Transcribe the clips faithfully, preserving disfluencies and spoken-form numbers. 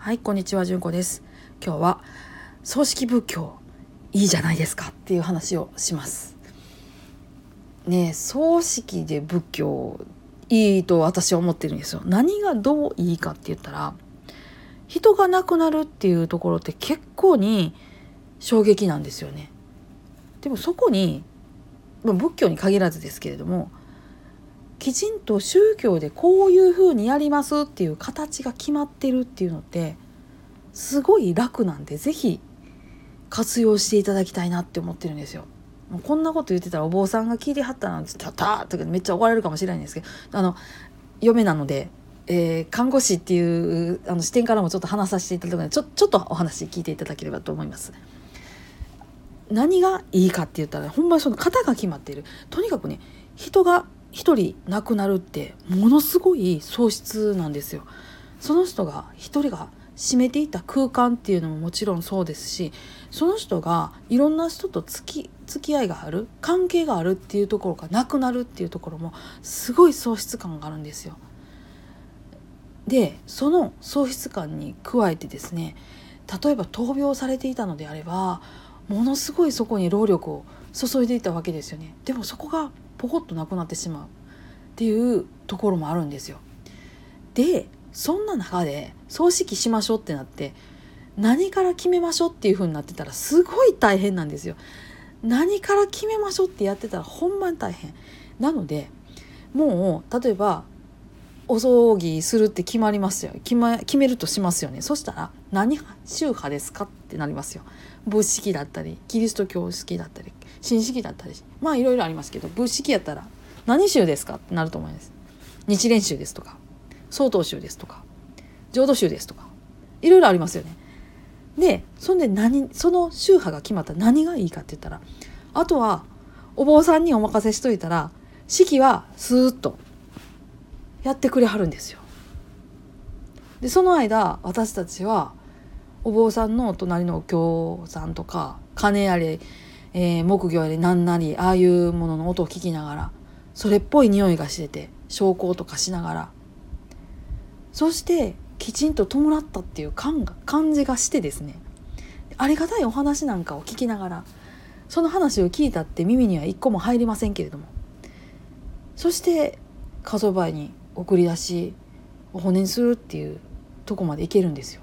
はい、こんにちは、じゅんこです。今日は葬式仏教いいじゃないですかっていう話をしますね。葬式で仏教いいと私は思ってるんですよ。何がどういいかって言ったら、人が亡くなるっていうところって結構に衝撃なんですよね。でもそこに、まあ、仏教に限らずですけれども、きちんと宗教でこういうふうにやりますっていう形が決まってるっていうのってすごい楽なんで、ぜひ活用していただきたいなって思ってるんですよ。もうこんなこと言ってたらお坊さんが聞いてはったなんて言ったらたーとかめっちゃ怒られるかもしれないんですけど、あの嫁なので、えー、看護師っていうあの視点からもちょっと話させていただくので、ちょちょっとお話聞いていただければと思います。何がいいかって言ったら、ほんまにその型が決まっている。とにかくね、人が一人亡くなるってものすごい喪失なんですよ。その人が一人が占めていた空間っていうのももちろんそうですし、その人がいろんな人と付き、付き合いがある、関係があるっていうところがなくなるっていうところもすごい喪失感があるんですよ。で、その喪失感に加えてですね、例えば闘病されていたのであれば、ものすごいそこに労力を注いでいたわけですよね。でもそこがポコッとなくなってしまうっていうところもあるんですよ。で、そんな中で葬式しましょうってなって、何から決めましょうっていう風になってたらすごい大変なんですよ。何から決めましょうってやってたらほんまに大変なので、もう例えばお葬儀するって決まりますよ。決ま、決めるとしますよね。そしたら何宗派ですかってなりますよ。仏式だったりキリスト教式だったり神式だったり、まあいろいろありますけど、仏式やったら何宗ですかってなると思います。日蓮宗ですとか、曹洞宗ですとか、浄土宗ですとか、いろいろありますよね。で、そんで何、その宗派が決まったら何がいいかって言ったら、あとはお坊さんにお任せしといたら、式はスーッとやってくれはるんですよ。で、その間私たちはお坊さんの隣のお経さんとか鐘やれ、えー、木魚やれなんなり、ああいうものの音を聞きながら、それっぽい匂いがしてて焼香とかしながら、そしてきちんと弔ったっていう感が感じがしてですね、ありがたいお話なんかを聞きながら、その話を聞いたって耳には一個も入りませんけれども、そして火葬場に送り出しお骨にするっていうとこまでいけるんですよ。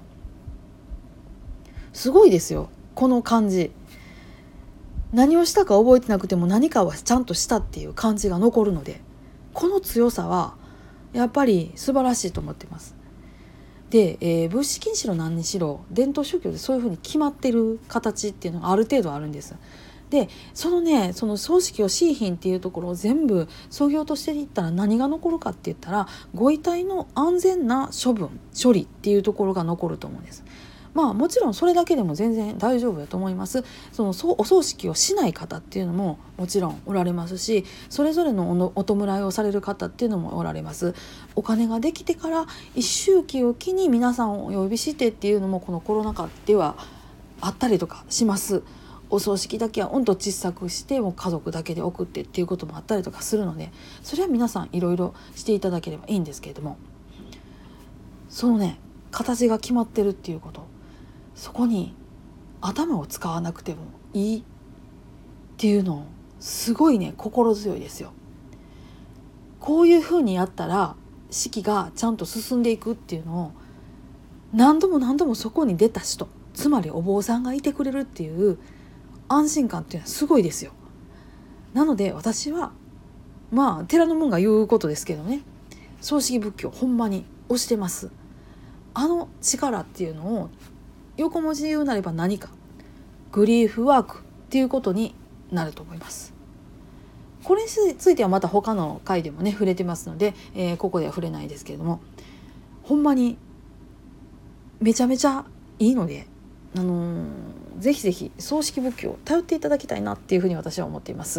すごいですよ、この感じ。何をしたか覚えてなくても何かはちゃんとしたっていう感じが残るので、この強さはやっぱり素晴らしいと思っています。で、えー、仏式にしろ何にしろ伝統宗教でそういうふうに決まってる形っていうのがある程度あるんです。で、そのね、その葬式をしいひんっていうところを全部創業としていったら何が残るかって言ったら、ご遺体の安全な処分処理っていうところが残ると思うんです。まあもちろんそれだけでも全然大丈夫だと思います。そのお葬式をしない方っていうのももちろんおられますし、それぞれのお弔いをされる方っていうのもおられます。お金ができてから一周期を機に皆さんをお呼びしてっていうのもこのコロナ禍ではあったりとかします。お葬式だけはうんと小さくしてもう家族だけで送ってっていうこともあったりとかするので、それは皆さんいろいろしていただければいいんですけれども、そのね、形が決まってるっていうこと、そこに頭を使わなくてもいいっていうのすごいね、心強いですよ。こういうふうにやったら式がちゃんと進んでいくっていうのを何度も何度もそこに出た人、つまりお坊さんがいてくれるっていう安心感っていうのはすごいですよ。なので私はまあ寺の門が言うことですけどね、葬式仏教ほんまに推してます。あの力っていうのを横文字言うなれば何かグリーフワークっていうことになると思います。これについてはまた他の回でもね触れてますので、えー、ここでは触れないですけれども、ほんまにめちゃめちゃいいので、あのー、ぜひぜひ葬式仏教を頼っていただきたいなっていうふうに私は思っています。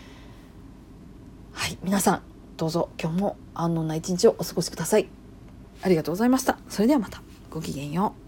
はい、皆さんどうぞ今日も安穏な一日をお過ごしください。ありがとうございました。それではまた。ごきげんよう。